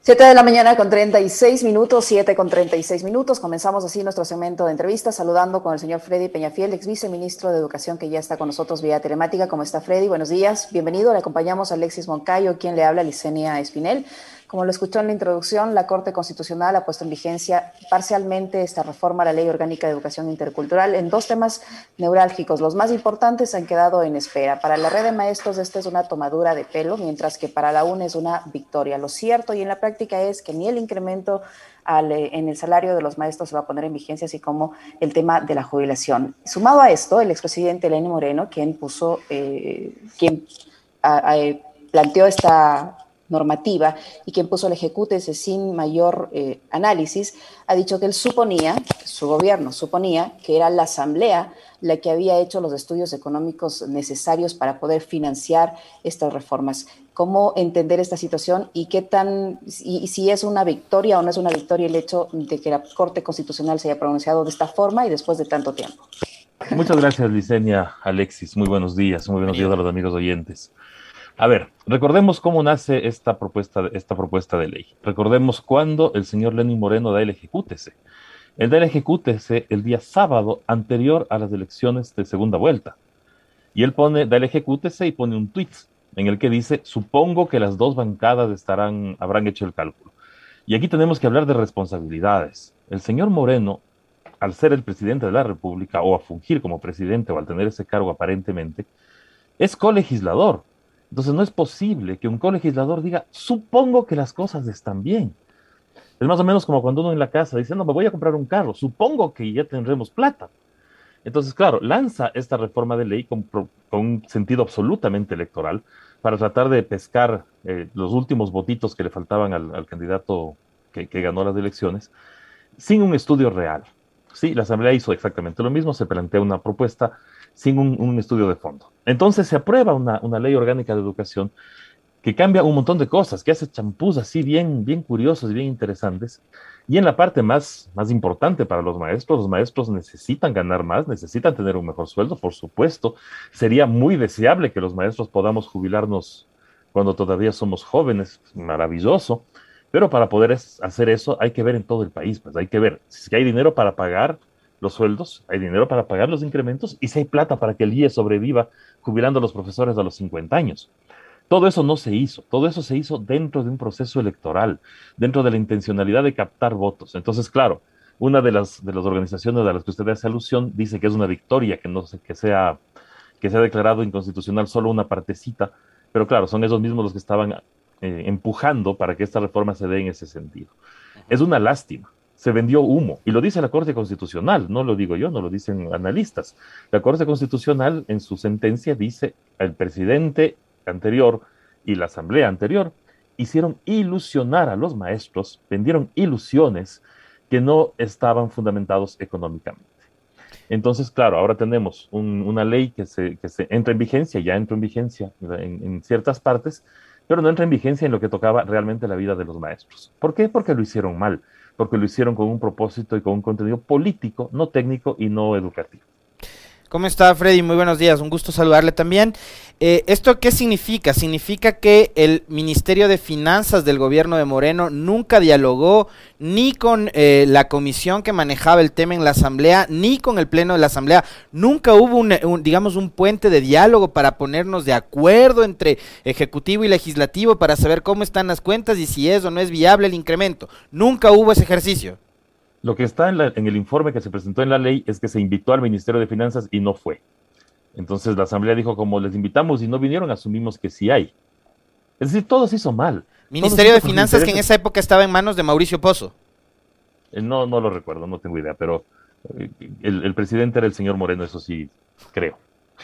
7 de la mañana con 36 minutos, 7 con 36 minutos. Comenzamos así nuestro segmento de entrevistas, saludando con el señor Freddy Peñafiel, ex viceministro de Educación, que ya está con nosotros vía telemática. ¿Cómo está, Freddy? Buenos días, bienvenido. Le acompañamos a Alexis Moncayo, quien le habla, Licenia Espinel. Como lo escuchó en la introducción, la Corte Constitucional ha puesto en vigencia parcialmente esta reforma a la Ley Orgánica de Educación Intercultural en dos temas neurálgicos. Los más importantes han quedado en espera. Para la red de maestros esta es una tomadura de pelo, mientras que para la UNE es una victoria. Lo cierto y en la práctica es que ni el incremento en el salario de los maestros se va a poner en vigencia, así como el tema de la jubilación. Sumado a esto, el expresidente Lenín Moreno, quien planteó esta normativa y quien puso el ejecútese sin mayor análisis, ha dicho que él suponía, su gobierno suponía que era la Asamblea la que había hecho los estudios económicos necesarios para poder financiar estas reformas. ¿Cómo entender esta situación y si es una victoria o no es una victoria el hecho de que la Corte Constitucional se haya pronunciado de esta forma y después de tanto tiempo? Muchas gracias, Licenia, Alexis. Muy buenos días a los amigos oyentes. A ver, recordemos cómo nace esta propuesta de ley. Recordemos cuándo el señor Lenín Moreno da el ejecútese. Él da el ejecútese el día sábado anterior a las elecciones de segunda vuelta. Y él da el ejecútese y pone un tuit en el que dice: supongo que las dos bancadas habrán hecho el cálculo. Y aquí tenemos que hablar de responsabilidades. El señor Moreno, al ser el presidente de la República, o a fungir como presidente, o al tener ese cargo aparentemente, es colegislador. Entonces no es posible que un colegislador diga: supongo que las cosas están bien. Es más o menos como cuando uno en la casa dice: no, me voy a comprar un carro, supongo que ya tendremos plata. Entonces, claro, lanza esta reforma de ley con un sentido absolutamente electoral para tratar de pescar los últimos votitos que le faltaban al candidato que ganó las elecciones, sin un estudio real. Sí, la Asamblea hizo exactamente lo mismo, se plantea una propuesta sin un estudio de fondo. Entonces se aprueba una ley orgánica de educación que cambia un montón de cosas, que hace champús así bien curiosos y bien interesantes. Y en la parte más importante para los maestros necesitan ganar más, necesitan tener un mejor sueldo, por supuesto. Sería muy deseable que los maestros podamos jubilarnos cuando todavía somos jóvenes, maravilloso. Pero para poder hacer eso hay que ver en todo el país, pues hay que ver si hay dinero para pagar los sueldos, hay dinero para pagar los incrementos y si hay plata para que el IE sobreviva jubilando a los profesores a los 50 años. Todo eso no se hizo, todo eso se hizo dentro de un proceso electoral, dentro de la intencionalidad de captar votos. Entonces, claro, una de las organizaciones a las que usted hace alusión dice que es una victoria, que sea declarado inconstitucional solo una partecita, pero claro, son esos mismos los que estaban empujando para que esta reforma se dé en ese sentido. Es una lástima. Se vendió humo, y lo dice la Corte Constitucional, no lo digo yo, no lo dicen analistas. La Corte Constitucional en su sentencia dice: el presidente anterior y la Asamblea anterior hicieron ilusionar a los maestros, vendieron ilusiones que no estaban fundamentados económicamente. Entonces, claro, ahora tenemos una ley que se entra en vigencia, ya entró en vigencia en ciertas partes, pero no entra en vigencia en lo que tocaba realmente la vida de los maestros. ¿Por qué? Porque lo hicieron mal, porque lo hicieron con un propósito y con un contenido político, no técnico y no educativo. ¿Cómo está, Freddy? Muy buenos días, un gusto saludarle también. ¿Esto qué significa? Significa que el Ministerio de Finanzas del gobierno de Moreno nunca dialogó ni con la comisión que manejaba el tema en la Asamblea, ni con el Pleno de la Asamblea. Nunca hubo un puente de diálogo para ponernos de acuerdo entre Ejecutivo y Legislativo para saber cómo están las cuentas y si es o no es viable el incremento. Nunca hubo ese ejercicio. Lo que está en el informe que se presentó en la ley es que se invitó al Ministerio de Finanzas y no fue. Entonces la Asamblea dijo: como les invitamos y no vinieron, asumimos que sí hay. Es decir, todo se hizo mal. Ministerio de Finanzas que en esa época estaba en manos de Mauricio Pozo. No lo recuerdo, no tengo idea, pero el presidente era el señor Moreno, eso sí, creo.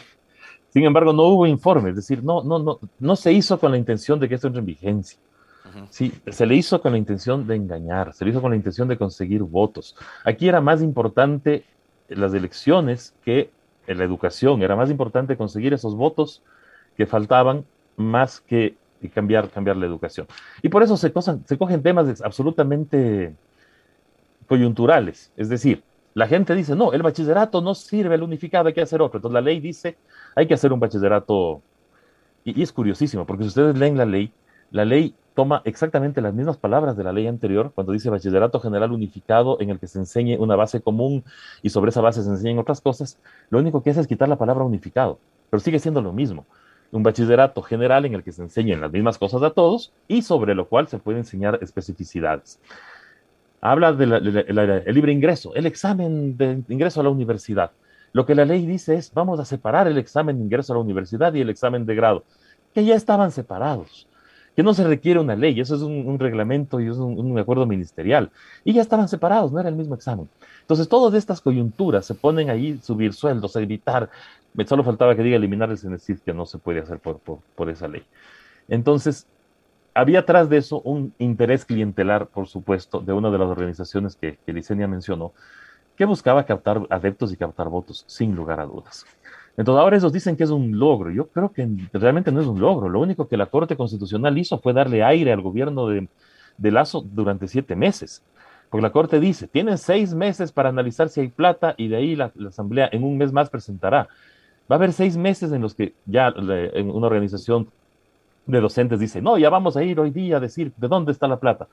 Sin embargo, no hubo informe, es decir, no se hizo con la intención de que esto entre en vigencia. Sí, se le hizo con la intención de engañar, se le hizo con la intención de conseguir votos. Aquí era más importante las elecciones que la educación, era más importante conseguir esos votos que faltaban más que cambiar la educación. Y por eso se cogen temas absolutamente coyunturales, es decir, la gente dice: no, el bachillerato no sirve, el unificado, hay que hacer otro. Entonces la ley dice: hay que hacer un bachillerato, y es curiosísimo, porque si ustedes leen la ley toma exactamente las mismas palabras de la ley anterior, cuando dice bachillerato general unificado, en el que se enseñe una base común y sobre esa base se enseñen otras cosas. Lo único que hace es quitar la palabra unificado, pero sigue siendo lo mismo. Un bachillerato general en el que se enseñen las mismas cosas a todos y sobre lo cual se puede enseñar especificidades. Habla del libre ingreso, el examen de ingreso a la universidad. Lo que la ley dice es, vamos a separar el examen de ingreso a la universidad y el examen de grado, que ya estaban separados, que no se requiere una ley, eso es un reglamento y es un acuerdo ministerial, y ya estaban separados, no era el mismo examen. Entonces, todas estas coyunturas se ponen ahí, subir sueldos, evitar, solo faltaba que diga eliminar el CENESID, que no se puede hacer por esa ley. Entonces, había atrás de eso un interés clientelar, por supuesto, de una de las organizaciones que Licenia mencionó, que buscaba captar adeptos y captar votos, sin lugar a dudas. Entonces ahora ellos dicen que es un logro. Yo creo que realmente no es un logro. Lo único que la Corte Constitucional hizo fue darle aire al gobierno de Lazo durante 7 meses. Porque la Corte dice, tienen 6 meses para analizar si hay plata y de ahí la Asamblea en un mes más presentará. Va a haber 6 meses en los que ya en una organización de docentes dice, no, ya vamos a ir hoy día a decir de dónde está la plata.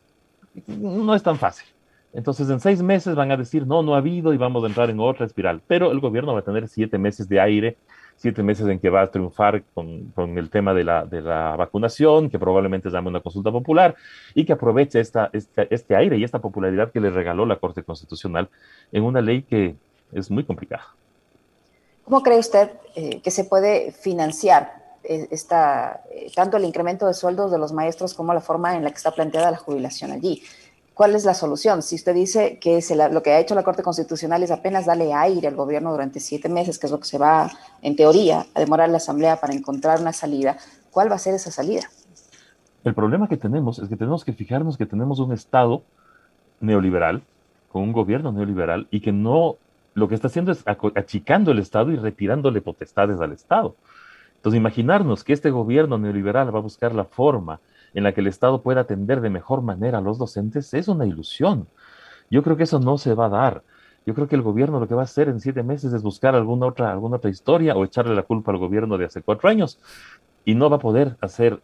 No es tan fácil. Entonces, en 6 meses van a decir, no, no ha habido y vamos a entrar en otra espiral. Pero el gobierno va a tener 7 meses de aire, 7 meses en que va a triunfar con el tema de la vacunación, que probablemente llame una consulta popular y que aproveche este aire y esta popularidad que le regaló la Corte Constitucional en una ley que es muy complicada. ¿Cómo cree usted que se puede financiar tanto el incremento de sueldos de los maestros como la forma en la que está planteada la jubilación allí? ¿Cuál es la solución? Si usted dice que lo que ha hecho la Corte Constitucional es apenas darle aire al gobierno durante 7 meses, que es lo que se va, en teoría, a demorar la Asamblea para encontrar una salida, ¿cuál va a ser esa salida? El problema que tenemos es que tenemos que fijarnos que tenemos un Estado neoliberal, con un gobierno neoliberal, y que no, lo que está haciendo es achicando el Estado y retirándole potestades al Estado. Entonces, imaginarnos que este gobierno neoliberal va a buscar la forma en la que el Estado pueda atender de mejor manera a los docentes es una ilusión. Yo creo que eso no se va a dar. Yo creo que el gobierno lo que va a hacer en 7 meses es buscar alguna otra historia o echarle la culpa al gobierno de hace 4 años y no va a poder hacer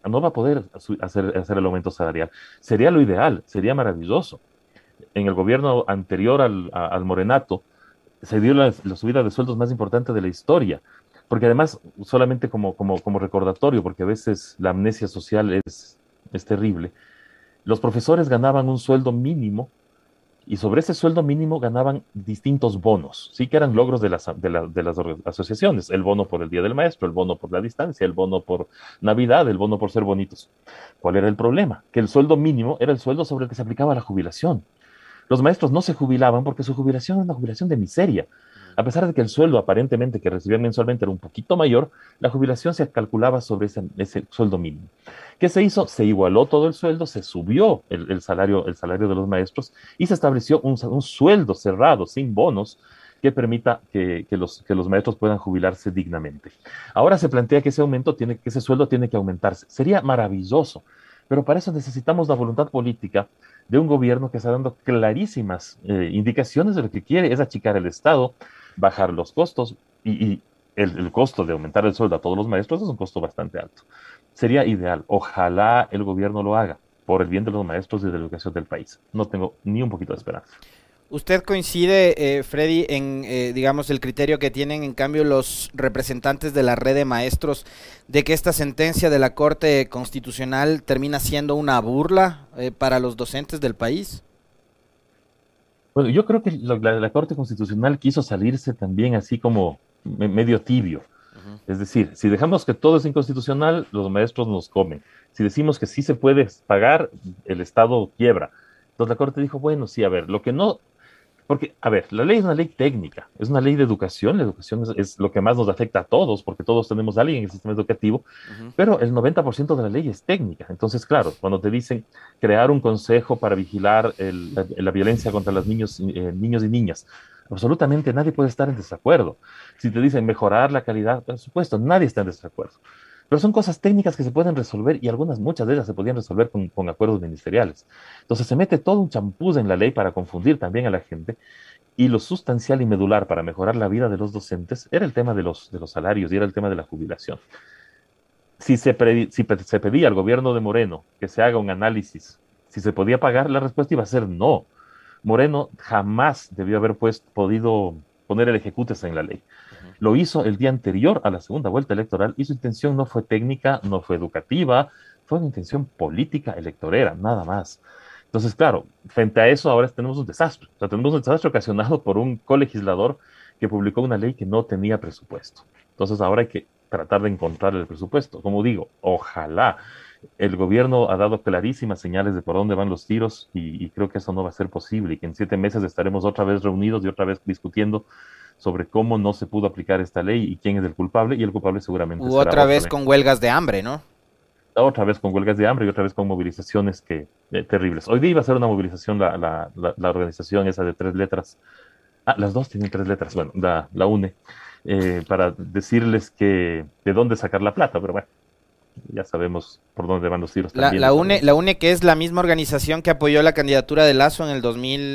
el aumento salarial. Sería lo ideal, sería maravilloso. En el gobierno anterior al Morenato se dio la subida de sueldos más importante de la historia. Porque además, solamente como recordatorio, porque a veces la amnesia social es terrible, los profesores ganaban un sueldo mínimo y sobre ese sueldo mínimo ganaban distintos bonos, sí que eran logros de las asociaciones, el bono por el Día del Maestro, el bono por la distancia, el bono por Navidad, el bono por ser bonitos. ¿Cuál era el problema? Que el sueldo mínimo era el sueldo sobre el que se aplicaba la jubilación. Los maestros no se jubilaban porque su jubilación era una jubilación de miseria. A pesar de que el sueldo aparentemente que recibían mensualmente era un poquito mayor, la jubilación se calculaba sobre ese sueldo mínimo. ¿Qué se hizo? Se igualó todo el sueldo, se subió el salario de los maestros y se estableció un sueldo cerrado, sin bonos, que permita que los maestros puedan jubilarse dignamente. Ahora se plantea que ese sueldo tiene que aumentarse. Sería maravilloso, pero para eso necesitamos la voluntad política de un gobierno que está dando clarísimas indicaciones de lo que quiere es achicar el Estado, bajar los costos y el costo de aumentar el sueldo a todos los maestros es un costo bastante alto. Sería ideal. Ojalá el gobierno lo haga por el bien de los maestros y de la educación del país. No tengo ni un poquito de esperanza. ¿Usted coincide, Freddy, en, digamos, el criterio que tienen, en cambio, los representantes de la red de maestros, de que esta sentencia de la Corte Constitucional termina siendo una burla para los docentes del país? Bueno, yo creo que la Corte Constitucional quiso salirse también así como medio tibio. Es decir, si dejamos que todo es inconstitucional, los maestros nos comen. Si decimos que sí se puede pagar, el Estado quiebra. Entonces la Corte dijo, bueno, sí, a ver, lo que no... Porque, a ver, la ley es una ley técnica, es una ley de educación, la educación es lo que más nos afecta a todos, porque todos tenemos a alguien en el sistema educativo, pero el 90% de la ley es técnica. Entonces, claro, cuando te dicen crear un consejo para vigilar la violencia contra los niños y niñas, absolutamente nadie puede estar en desacuerdo. Si te dicen mejorar la calidad, por supuesto, nadie está en desacuerdo. Pero son cosas técnicas que se pueden resolver y muchas de ellas se podían resolver con acuerdos ministeriales. Entonces se mete todo un champús en la ley para confundir también a la gente y lo sustancial y medular para mejorar la vida de los docentes era el tema de los salarios y era el tema de la jubilación. se pedía al gobierno de Moreno que se haga un análisis, si se podía pagar, la respuesta iba a ser no. Moreno jamás debió haber podido poner el ejecutes en la ley. Lo hizo el día anterior a la segunda vuelta electoral y su intención no fue técnica, no fue educativa, fue una intención política electorera, nada más. Entonces, claro, frente a eso ahora tenemos un desastre. O sea, tenemos un desastre ocasionado por un colegislador que publicó una ley que no tenía presupuesto. Entonces ahora hay que tratar de encontrar el presupuesto. Como digo, ojalá. El gobierno ha dado clarísimas señales de por dónde van los tiros y creo que eso no va a ser posible y que en 7 meses estaremos otra vez reunidos y otra vez discutiendo sobre cómo no se pudo aplicar esta ley y quién es el culpable, y el culpable seguramente será otra vez con huelgas de hambre, ¿no? Otra vez con huelgas de hambre y otra vez con movilizaciones terribles. Hoy día iba a ser una movilización la organización esa de 3 letras. Las dos tienen 3 letras, bueno, la UNE, para decirles que de dónde sacar la plata, pero bueno, ya sabemos por dónde van los tiros también. La UNE, que es la misma organización que apoyó la candidatura de Lazo en el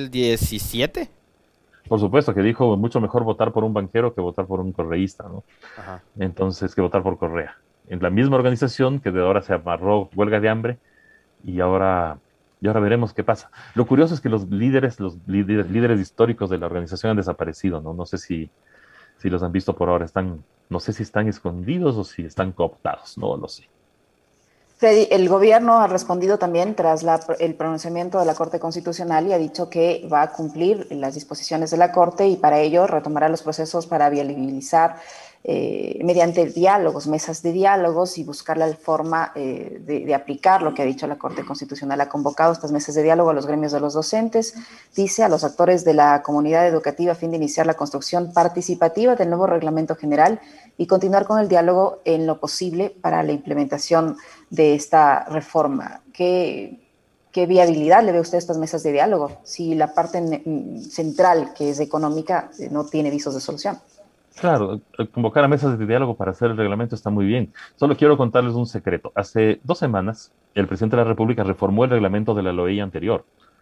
2017. Por supuesto, que dijo mucho mejor votar por un banquero que votar por un correísta, ¿no? Ajá. Entonces, que votar por Correa. En la misma organización que de ahora se amarró huelga de hambre y ahora veremos qué pasa. Lo curioso es que los líderes históricos de la organización han desaparecido, ¿no? No sé si los han visto por ahora. No sé si están escondidos o si están cooptados, no lo sé. Freddy, el gobierno ha respondido también tras el pronunciamiento de la Corte Constitucional y ha dicho que va a cumplir las disposiciones de la Corte y para ello retomará los procesos para viabilizar mediante diálogos, mesas de diálogos y buscar la forma de aplicar lo que ha dicho la Corte Constitucional. Ha convocado estas mesas de diálogo a los gremios de los docentes, dice a los actores de la comunidad educativa a fin de iniciar la construcción participativa del nuevo reglamento general y continuar con el diálogo en lo posible para la implementación de esta reforma. ¿Qué viabilidad le ve usted a estas mesas de diálogo si la parte central, que es económica, no tiene visos de solución? Claro, convocar a mesas de diálogo para hacer el reglamento está muy bien. Solo quiero contarles un secreto. Hace 2 semanas, el presidente de la República reformó el reglamento de la LOEI anterior.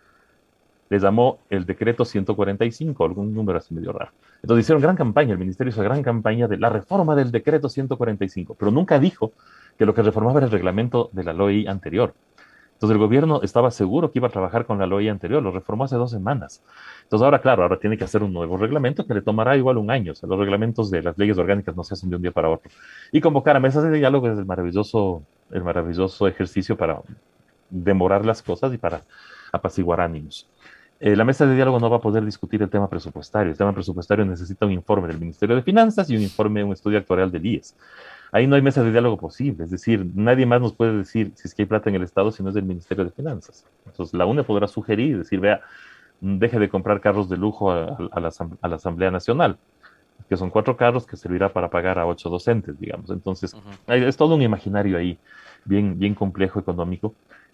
Les llamó el decreto 145, algún número así medio raro. Entonces hicieron gran campaña, el ministerio hizo gran campaña de la reforma del decreto 145, pero nunca dijo que lo que reformaba era el reglamento de la LOEI anterior. Entonces el gobierno estaba seguro que iba a trabajar con la LOEI anterior, lo reformó hace 2 semanas. Entonces ahora, claro, ahora tiene que hacer un nuevo reglamento que le tomará igual un año. O sea, los reglamentos de las leyes orgánicas no se hacen de un día para otro. Y convocar a mesas de diálogo es el maravilloso ejercicio para demorar las cosas y para apaciguar ánimos. La mesa de diálogo no va a poder discutir el tema presupuestario. El tema presupuestario necesita un informe del Ministerio de Finanzas y un estudio actuarial del IES. Ahí no hay mesa de diálogo posible, es decir, nadie más nos puede decir si es que hay plata en el Estado si no es del Ministerio de Finanzas. Entonces la UNE podrá sugerir y decir, vea, deje de comprar carros de lujo a la Asamblea Nacional, que son 4 carros que servirá para pagar a 8 docentes, digamos. Entonces, es todo un imaginario ahí, bien complejo económico.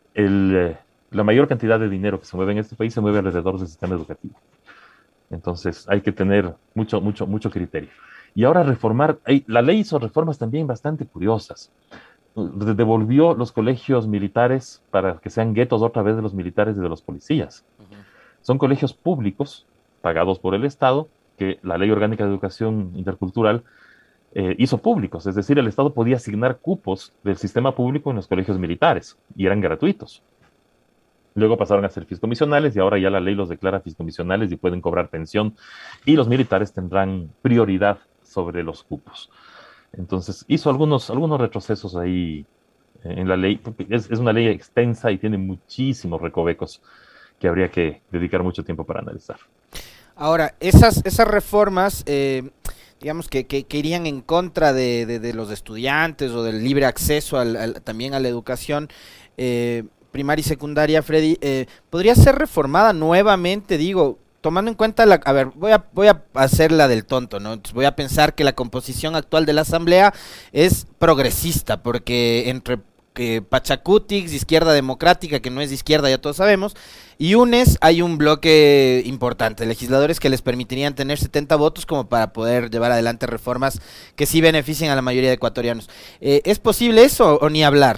La mayor cantidad de dinero que se mueve en este país se mueve alrededor del sistema educativo. Entonces, hay que tener mucho criterio. Y ahora la ley hizo reformas también bastante curiosas. Devolvió los colegios militares para que sean guetos otra vez de los militares y de los policías. Son colegios públicos, pagados por el Estado, que la Ley Orgánica de Educación Intercultural hizo públicos. Es decir, el Estado podía asignar cupos del sistema público en los colegios militares y eran gratuitos. Luego pasaron a ser fiscomisionales y ahora ya la ley los declara fiscomisionales y pueden cobrar pensión y los militares tendrán prioridad sobre los cupos. Entonces hizo algunos retrocesos ahí en la ley, porque es una ley extensa y tiene muchísimos recovecos que habría que dedicar mucho tiempo para analizar. Ahora, esas reformas, digamos que irían en contra de los estudiantes o del libre acceso también a la educación primaria y secundaria, Freddy, ¿podría ser reformada nuevamente, digo, tomando en cuenta a ver, voy a hacer la del tonto, ¿no? Entonces voy a pensar que la composición actual de la Asamblea es progresista, porque entre Pachacútix, Izquierda Democrática, que no es de izquierda, ya todos sabemos, y UNES hay un bloque importante, legisladores que les permitirían tener 70 votos como para poder llevar adelante reformas que sí beneficien a la mayoría de ecuatorianos. ¿Es posible eso o ni hablar?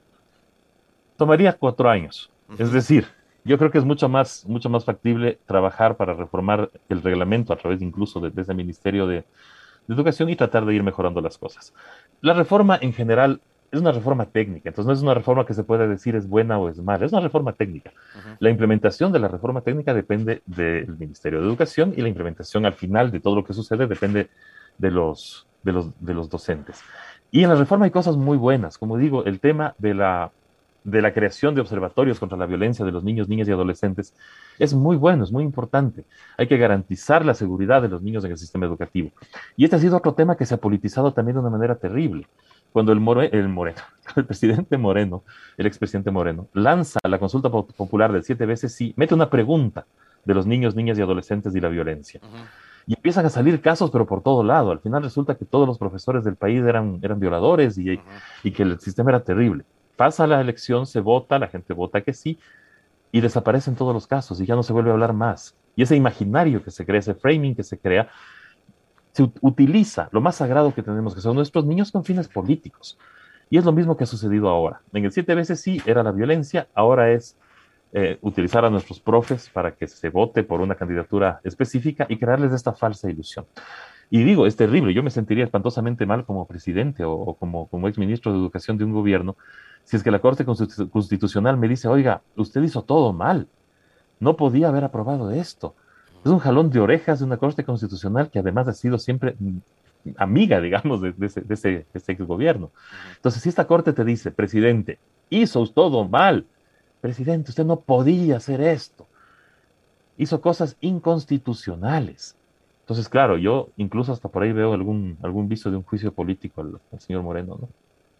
Tomaría 4 años, es decir, yo creo que es mucho más factible trabajar para reformar el reglamento a través incluso de ese Ministerio de Educación y tratar de ir mejorando las cosas. La reforma en general es una reforma técnica, entonces no es una reforma que se pueda decir es buena o es mala, es una reforma técnica. La implementación de la reforma técnica depende del Ministerio de Educación y la implementación al final de todo lo que sucede depende de los docentes. Y en la reforma hay cosas muy buenas, como digo, el tema de la creación de observatorios contra la violencia de los niños, niñas y adolescentes es muy bueno, es muy importante. Hay que garantizar la seguridad de los niños en el sistema educativo. Y este ha sido otro tema que se ha politizado también de una manera terrible. Cuando el presidente Moreno, el expresidente Moreno, lanza la consulta popular del 7 veces sí, mete una pregunta de los niños, niñas y adolescentes y la violencia. Y empiezan a salir casos, pero por todo lado. Al final resulta que todos los profesores del país eran violadores y que el sistema era terrible. Pasa la elección, se vota, la gente vota que sí, y desaparecen todos los casos y ya no se vuelve a hablar más. Y ese imaginario que se crea, ese framing que se crea, se utiliza lo más sagrado que tenemos, que son nuestros niños, con fines políticos. Y es lo mismo que ha sucedido ahora. En el 7 veces sí era la violencia, ahora es utilizar a nuestros profes para que se vote por una candidatura específica y crearles esta falsa ilusión. Y digo, es terrible, yo me sentiría espantosamente mal como presidente o como exministro de Educación de un gobierno si es que la Corte Constitucional me dice, oiga, usted hizo todo mal, no podía haber aprobado esto. Es un jalón de orejas de una Corte Constitucional que además ha sido siempre amiga, digamos, de ese exgobierno. Entonces, si esta Corte te dice, presidente, hizo todo mal, presidente, usted no podía hacer esto, hizo cosas inconstitucionales. Entonces, claro, yo incluso hasta por ahí veo algún vicio de un juicio político al señor Moreno, ¿no?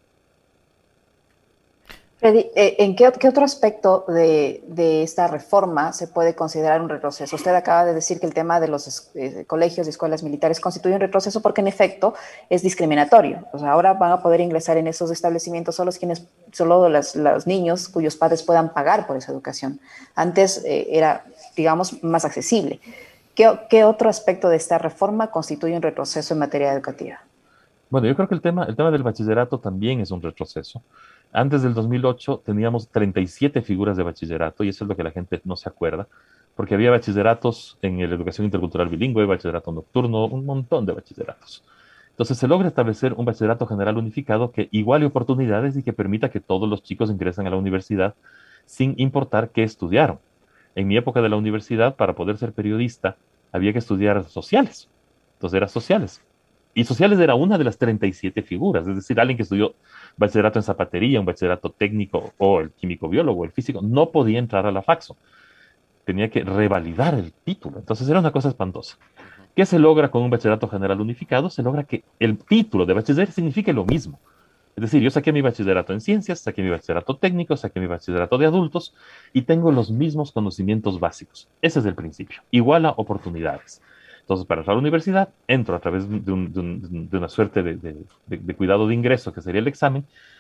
Freddy, ¿en qué otro aspecto de esta reforma se puede considerar un retroceso? Usted acaba de decir que el tema de los colegios y escuelas militares constituye un retroceso porque en efecto es discriminatorio. O sea, ahora van a poder ingresar en esos establecimientos solo los niños cuyos padres puedan pagar por esa educación. Antes era, digamos, más accesible. ¿Qué otro aspecto de esta reforma constituye un retroceso en materia educativa? Bueno, yo creo que el tema del bachillerato también es un retroceso. Antes del 2008 teníamos 37 figuras de bachillerato y eso es lo que la gente no se acuerda, porque había bachilleratos en la educación intercultural bilingüe, bachillerato nocturno, un montón de bachilleratos. Entonces se logra establecer un bachillerato general unificado que iguale oportunidades y que permita que todos los chicos ingresen a la universidad sin importar qué estudiaron. En mi época de la universidad, para poder ser periodista, había que estudiar sociales. Entonces era sociales. Y sociales era una de las 37 figuras, es decir, alguien que estudió bachillerato en zapatería, un bachillerato técnico o el químico biólogo, el físico, no podía entrar a la Faxo. Tenía que revalidar el título. Entonces era una cosa espantosa. ¿Qué se logra con un bachillerato general unificado? Se logra que el título de bachiller signifique lo mismo. Es decir, yo saqué mi bachillerato en ciencias, saqué mi bachillerato técnico, saqué mi bachillerato de adultos y tengo los mismos conocimientos básicos. Ese es el principio. Iguala oportunidades. Entonces, para entrar a la universidad, entro a través de una suerte de cuidado de ingreso, que sería el examen,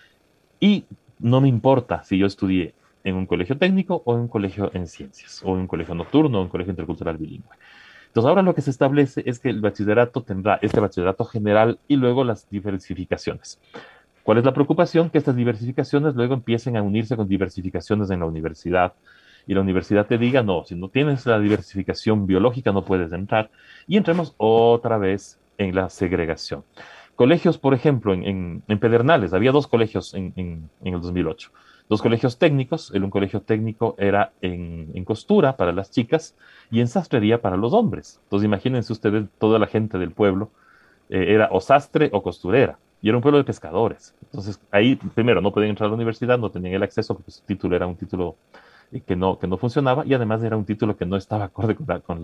y no me importa si yo estudié en un colegio técnico o en un colegio en ciencias, o en un colegio nocturno o en un colegio intercultural bilingüe. Entonces, ahora lo que se establece es que el bachillerato tendrá este bachillerato general y luego las diversificaciones. ¿Cuál es la preocupación? Que estas diversificaciones luego empiecen a unirse con diversificaciones en la universidad, y la universidad te diga, no, si no tienes la diversificación biológica no puedes entrar, y entremos otra vez en la segregación. Colegios, por ejemplo, en Pedernales, había 2 colegios en el 2008, 2 colegios técnicos, un colegio técnico era en costura para las chicas y en sastrería para los hombres. Entonces imagínense ustedes, toda la gente del pueblo era o sastre o costurera, y era un pueblo de pescadores. Entonces ahí, primero, no podían entrar a la universidad, no tenían el acceso porque su título era un título que no funcionaba, y además era un título que no estaba acorde con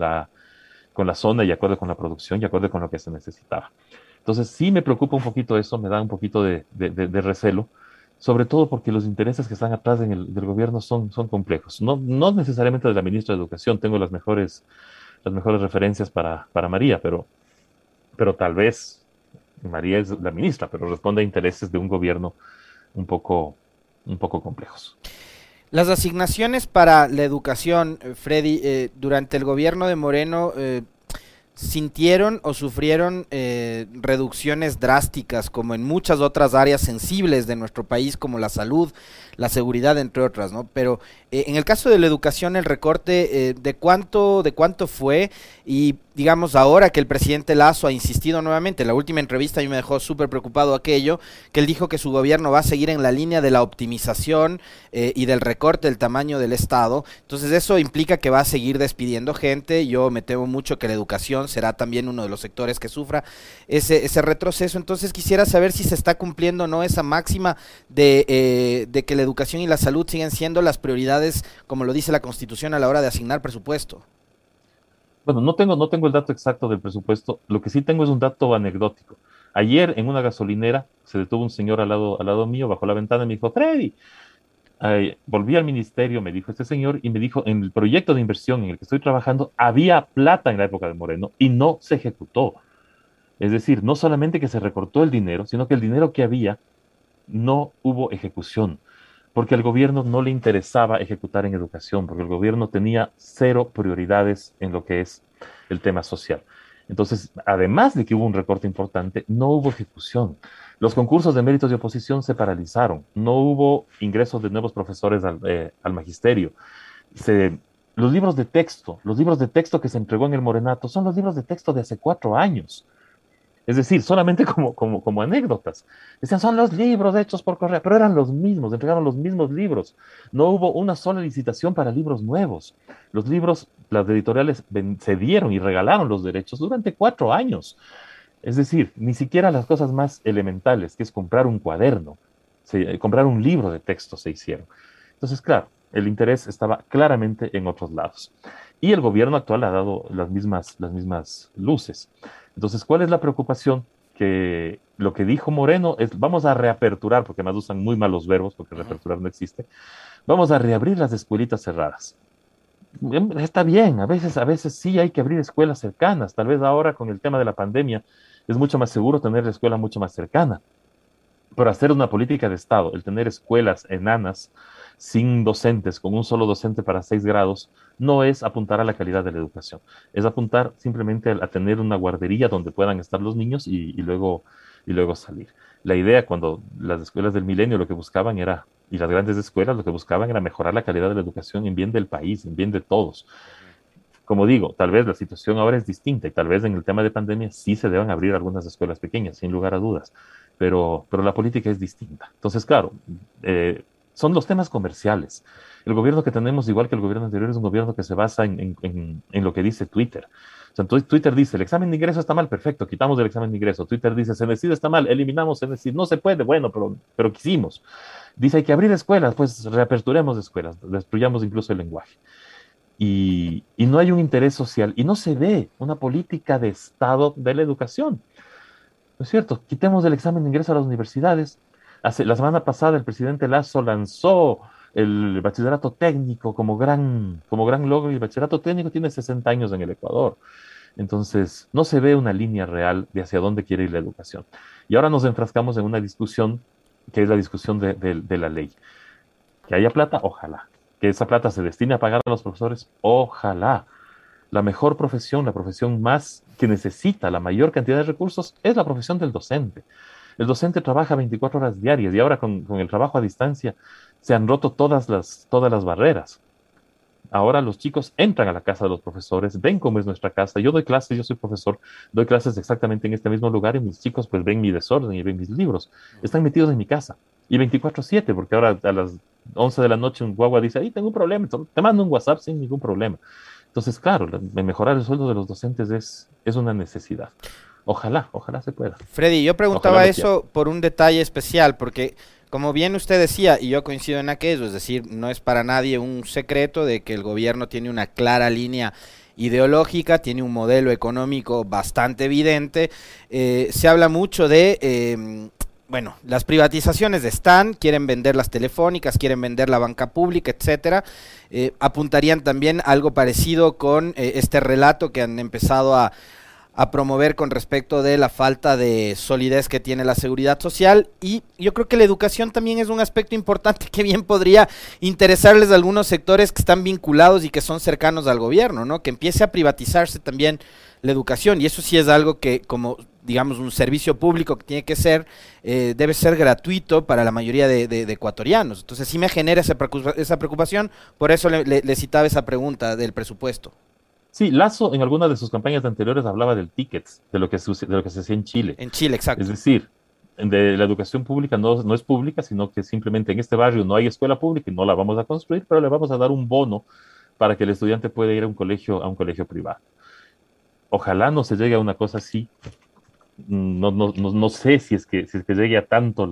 la zona y acorde con la producción y acorde con lo que se necesitaba. Entonces sí me preocupa un poquito eso, me da un poquito de recelo, sobre todo porque los intereses que están atrás del gobierno son complejos. No necesariamente de la ministra de Educación, tengo las mejores referencias para María, pero tal vez María es la ministra, pero responde a intereses de un gobierno un poco complejos. Las asignaciones para la educación, Freddy, durante el gobierno de Moreno, ¿sintieron o sufrieron reducciones drásticas, como en muchas otras áreas sensibles de nuestro país, como la salud, la seguridad, entre otras, ¿no? Pero en el caso de la educación, el recorte, ¿de cuánto fue? Y digamos, ahora que el presidente Lasso ha insistido nuevamente, en la última entrevista a mí me dejó súper preocupado aquello, que él dijo que su gobierno va a seguir en la línea de la optimización y del recorte del tamaño del Estado. Entonces eso implica que va a seguir despidiendo gente. Yo me temo mucho que la educación será también uno de los sectores que sufra ese retroceso. Entonces quisiera saber si se está cumpliendo o no esa máxima de que la educación y la salud siguen siendo las prioridades, como lo dice la Constitución, a la hora de asignar presupuesto. Bueno, no tengo el dato exacto del presupuesto. Lo que sí tengo es un dato anecdótico. Ayer en una gasolinera se detuvo un señor al lado mío, bajo la ventana, y me dijo, Freddy, volví al ministerio, me dijo este señor, y me dijo, en el proyecto de inversión en el que estoy trabajando, había plata en la época de Moreno y no se ejecutó. Es decir, no solamente que se recortó el dinero, sino que el dinero que había no hubo ejecución, porque al gobierno no le interesaba ejecutar en educación, porque el gobierno tenía cero prioridades en lo que es el tema social. Entonces, además de que hubo un recorte importante, no hubo ejecución. Los concursos de méritos de oposición se paralizaron, no hubo ingresos de nuevos profesores al magisterio. Los libros de texto que se entregó en el Morenato son los libros de texto de hace 4 años. Es decir, solamente como anécdotas. Decían, son los libros hechos por Correa, pero eran los mismos, entregaron los mismos libros. No hubo una sola licitación para libros nuevos. Los libros, las editoriales cedieron y regalaron los derechos durante 4 años. Es decir, ni siquiera las cosas más elementales, que es comprar un cuaderno, comprar un libro de texto, se hicieron. Entonces, claro, el interés estaba claramente en otros lados. Y el gobierno actual ha dado las mismas luces. Entonces, ¿cuál es la preocupación? Que lo que dijo Moreno es, vamos a reaperturar, porque más usan muy malos verbos, porque reaperturar no existe, vamos a reabrir las escuelitas cerradas. Está bien, a veces sí hay que abrir escuelas cercanas, tal vez ahora con el tema de la pandemia es mucho más seguro tener la escuela mucho más cercana, pero hacer una política de Estado, el tener escuelas enanas, sin docentes, con un solo docente para 6 grados, no es apuntar a la calidad de la educación, es apuntar simplemente a tener una guardería donde puedan estar los niños y luego salir. La idea cuando las escuelas del milenio lo que buscaban era, y las grandes escuelas lo que buscaban era mejorar la calidad de la educación en bien del país, en bien de todos. Como digo, tal vez la situación ahora es distinta y tal vez en el tema de pandemia sí se deban abrir algunas escuelas pequeñas, sin lugar a dudas, pero la política es distinta. Entonces, claro, son los temas comerciales. El gobierno que tenemos, igual que el gobierno anterior, es un gobierno que se basa en lo que dice Twitter. O sea, entonces Twitter dice, el examen de ingreso está mal, perfecto, quitamos el examen de ingreso. Twitter dice, Cenecid está mal, eliminamos Cenecid. No se puede, bueno, pero quisimos. Dice, hay que abrir escuelas, pues reaperturemos escuelas, destruyamos incluso el lenguaje. Y no hay un interés social, y no se ve una política de Estado de la educación. ¿No es cierto? Quitemos el examen de ingreso a las universidades. La semana pasada el presidente Lasso lanzó el bachillerato técnico como gran logro, y el bachillerato técnico tiene 60 años en el Ecuador. Entonces, no se ve una línea real de hacia dónde quiere ir la educación. Y ahora nos enfrascamos en una discusión que es la discusión de la ley. Que haya plata, ojalá. Que esa plata se destine a pagar a los profesores, ojalá. La mejor profesión, la profesión más que necesita la mayor cantidad de recursos es la profesión del docente. El docente trabaja 24 horas diarias y ahora con el trabajo a distancia se han roto todas las barreras. Ahora los chicos entran a la casa de los profesores, ven cómo es nuestra casa. Yo doy clases, yo soy profesor, doy clases exactamente en este mismo lugar y mis chicos pues ven mi desorden y ven mis libros. Están metidos en mi casa y 24/7, porque ahora a las 11 de la noche un guagua dice, ahí tengo un problema, te mando un WhatsApp sin ningún problema. Entonces, claro, mejorar el sueldo de los docentes es una necesidad. Ojalá se pueda. Freddy, yo preguntaba eso por un detalle especial, porque como bien usted decía, y yo coincido en aquello, es decir, no es para nadie un secreto de que el gobierno tiene una clara línea ideológica, tiene un modelo económico bastante evidente. Se habla mucho de, bueno, las privatizaciones están, quieren vender las telefónicas, quieren vender la banca pública, etcétera. Apuntarían también algo parecido con este relato que han empezado a promover con respecto de la falta de solidez que tiene la seguridad social, y yo creo que la educación también es un aspecto importante que bien podría interesarles a algunos sectores que están vinculados y que son cercanos al gobierno, ¿no? Que empiece a privatizarse también la educación, y eso sí es algo que, como digamos un servicio público que tiene que ser, debe ser gratuito para la mayoría de ecuatorianos. Entonces sí me genera esa preocupación, por eso le citaba esa pregunta del presupuesto. Sí, Lazo en alguna de sus campañas anteriores hablaba del tickets, de lo que se hacía en Chile. En Chile, Es exacto. decir, de la educación pública no es pública, sino que simplemente en este barrio no hay escuela pública y no la vamos a construir, pero le vamos a dar un bono para que el estudiante pueda ir a un colegio privado. Ojalá no se llegue a una cosa así. No sé si es que llegue a tanto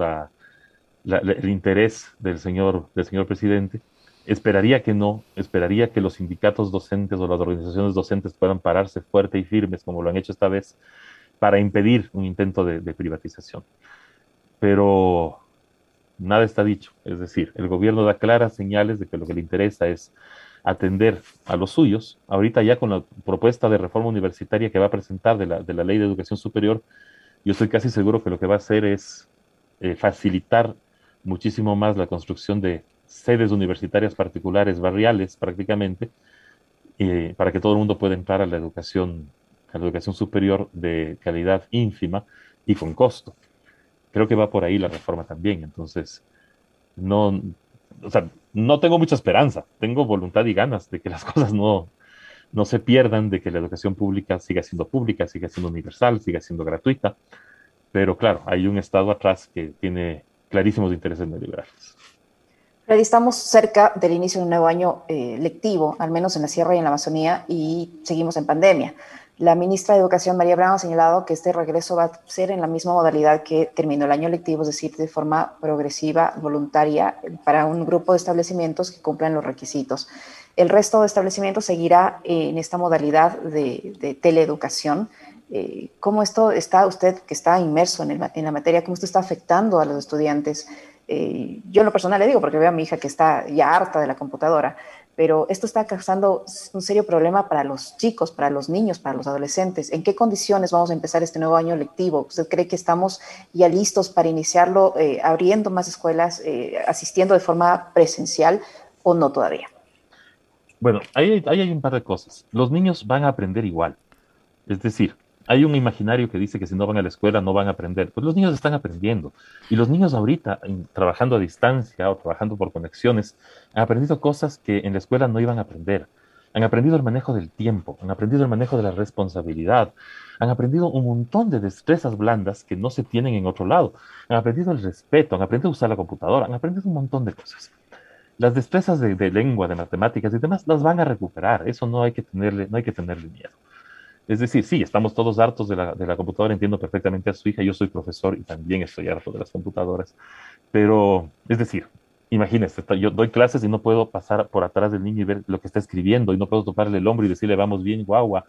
el interés del señor presidente. Esperaría que no, esperaría que los sindicatos docentes o las organizaciones docentes puedan pararse fuerte y firmes, como lo han hecho esta vez, para impedir un intento de privatización. Pero nada está dicho. Es decir, el gobierno da claras señales de que lo que le interesa es atender a los suyos. Ahorita ya con la propuesta de reforma universitaria que va a presentar de la Ley de Educación Superior, yo estoy casi seguro que lo que va a hacer es facilitar muchísimo más la construcción de sedes universitarias particulares, barriales prácticamente, para que todo el mundo pueda entrar a la educación superior de calidad ínfima y con costo. Creo que va por ahí la reforma también. Entonces, no, o sea, no tengo mucha esperanza, tengo voluntad y ganas de que las cosas no se pierdan, de que la educación pública, siga siendo universal, siga siendo gratuita, pero claro, hay un Estado atrás que tiene clarísimos intereses neoliberales. Freddy, estamos cerca del inicio de un nuevo año lectivo, al menos en la Sierra y en la Amazonía, y seguimos en pandemia. La ministra de Educación, María Brown, ha señalado que este regreso va a ser en la misma modalidad que terminó el año lectivo, es decir, de forma progresiva, voluntaria, para un grupo de establecimientos que cumplan los requisitos. El resto de establecimientos seguirá en esta modalidad de teleeducación. ¿Cómo esto está usted, que está inmerso en la materia, cómo esto está afectando a los estudiantes? Yo en lo personal le digo, porque veo a mi hija que está ya harta de la computadora, pero esto está causando un serio problema para los chicos, para los niños, para los adolescentes. ¿En qué condiciones vamos a empezar este nuevo año lectivo? ¿Usted cree que estamos ya listos para iniciarlo, abriendo más escuelas, asistiendo de forma presencial o no todavía? Bueno, ahí hay un par de cosas. Los niños van a aprender igual. Es decir, hay un imaginario que dice que si no van a la escuela no van a aprender. Pues los niños están aprendiendo. Y los niños ahorita, trabajando a distancia o trabajando por conexiones, han aprendido cosas que en la escuela no iban a aprender. Han aprendido el manejo del tiempo, han aprendido el manejo de la responsabilidad, han aprendido un montón de destrezas blandas que no se tienen en otro lado. Han aprendido el respeto, han aprendido a usar la computadora, han aprendido un montón de cosas. Las destrezas de lengua, de matemáticas y demás las van a recuperar. Eso no hay que tenerle miedo. Es decir, sí, estamos todos hartos de la computadora, entiendo perfectamente a su hija, yo soy profesor y también estoy harto de las computadoras, pero es decir, imagínese, yo doy clases y no puedo pasar por atrás del niño y ver lo que está escribiendo, y no puedo toparle el hombro y decirle vamos bien, guagua,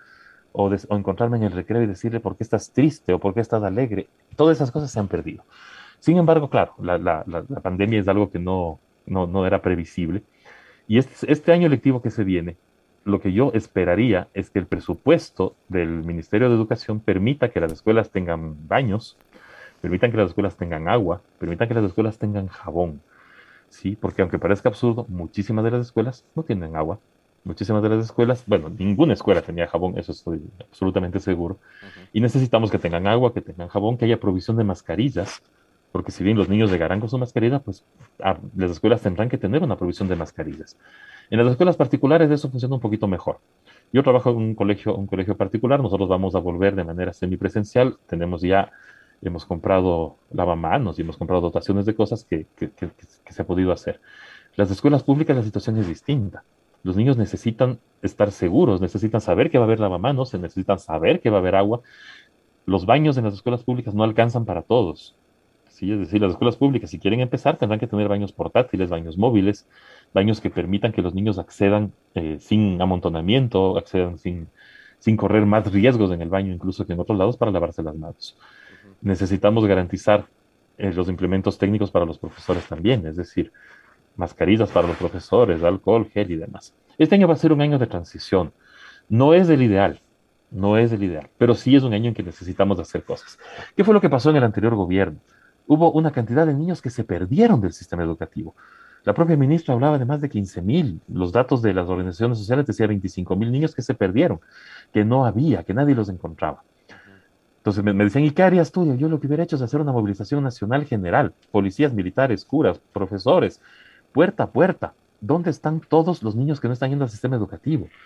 o encontrarme en el recreo y decirle por qué estás triste o por qué estás alegre. Todas esas cosas se han perdido. Sin embargo, claro, la pandemia es algo que no era previsible, y este año lectivo que se viene, lo que yo esperaría es que el presupuesto del Ministerio de Educación permita que las escuelas tengan baños, permitan que las escuelas tengan agua, permitan que las escuelas tengan jabón, ¿sí? Porque aunque parezca absurdo, muchísimas de las escuelas no tienen agua. Muchísimas de las escuelas, bueno, ninguna escuela tenía jabón, eso estoy absolutamente seguro. Y necesitamos que tengan agua, que tengan jabón, que haya provisión de mascarillas, porque si bien los niños llegarán con su mascarilla, pues las escuelas tendrán que tener una provisión de mascarillas. En las escuelas particulares eso funciona un poquito mejor. Yo trabajo en un colegio particular, nosotros vamos a volver de manera semipresencial, hemos comprado lavamanos y hemos comprado dotaciones de cosas que se ha podido hacer. Las escuelas públicas la situación es distinta. Los niños necesitan estar seguros, necesitan saber que va a haber lavamanos, se necesitan saber que va a haber agua. Los baños en las escuelas públicas no alcanzan para todos. ¿Sí? Es decir, las escuelas públicas, si quieren empezar, tendrán que tener baños portátiles, baños móviles, baños que permitan que los niños accedan sin amontonamiento, accedan sin correr más riesgos en el baño, incluso que en otros lados, para lavarse las manos. Necesitamos garantizar los implementos técnicos para los profesores también, es decir, mascarillas para los profesores, alcohol, gel y demás. Este año va a ser un año de transición. No es el ideal, no es el ideal, pero sí es un año en que necesitamos hacer cosas. ¿Qué fue lo que pasó en el anterior gobierno? Hubo una cantidad de niños que se perdieron del sistema educativo. La propia ministra hablaba de más de 15.000. Los datos de las organizaciones sociales decían 25.000 niños que se perdieron, que no había, que nadie los encontraba. Entonces me decían, ¿y qué harías tú? Yo lo que hubiera hecho es hacer una movilización nacional general, policías, militares, curas, profesores, puerta a puerta. ¿Dónde están todos los niños que no están yendo al sistema educativo?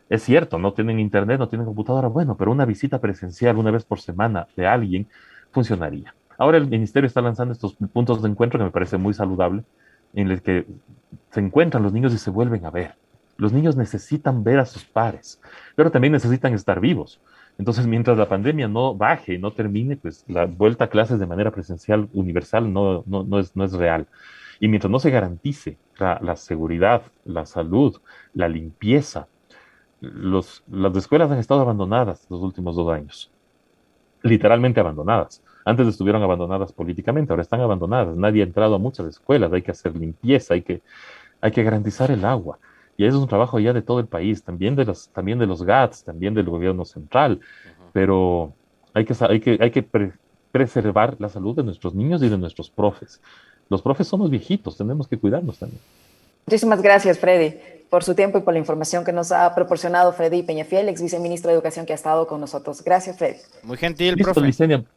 Es cierto, no tienen internet, no tienen computadora, bueno, pero una visita presencial una vez por semana de alguien funcionaría. Ahora el ministerio está lanzando estos puntos de encuentro que me parece muy saludable, en el que se encuentran los niños y se vuelven a ver. Los niños necesitan ver a sus pares, pero también necesitan estar vivos. Entonces, mientras la pandemia no baje y no termine, pues la vuelta a clases de manera presencial universal no es real. Y mientras no se garantice la seguridad, la salud, la limpieza, las escuelas han estado abandonadas los últimos 2 años, literalmente abandonadas. Antes estuvieron abandonadas políticamente, ahora están abandonadas. Nadie ha entrado a muchas escuelas, hay que hacer limpieza, hay que garantizar el agua. Y eso es un trabajo ya de todo el país, también de los GATS, también del gobierno central. Pero hay que preservar la salud de nuestros niños y de nuestros profes. Los profes somos viejitos, tenemos que cuidarnos también. Muchísimas gracias, Freddy, por su tiempo y por la información que nos ha proporcionado Freddy Peñafiel, ex viceministro de Educación que ha estado con nosotros. Gracias, Freddy. Muy gentil, Listo, profe. Licenia.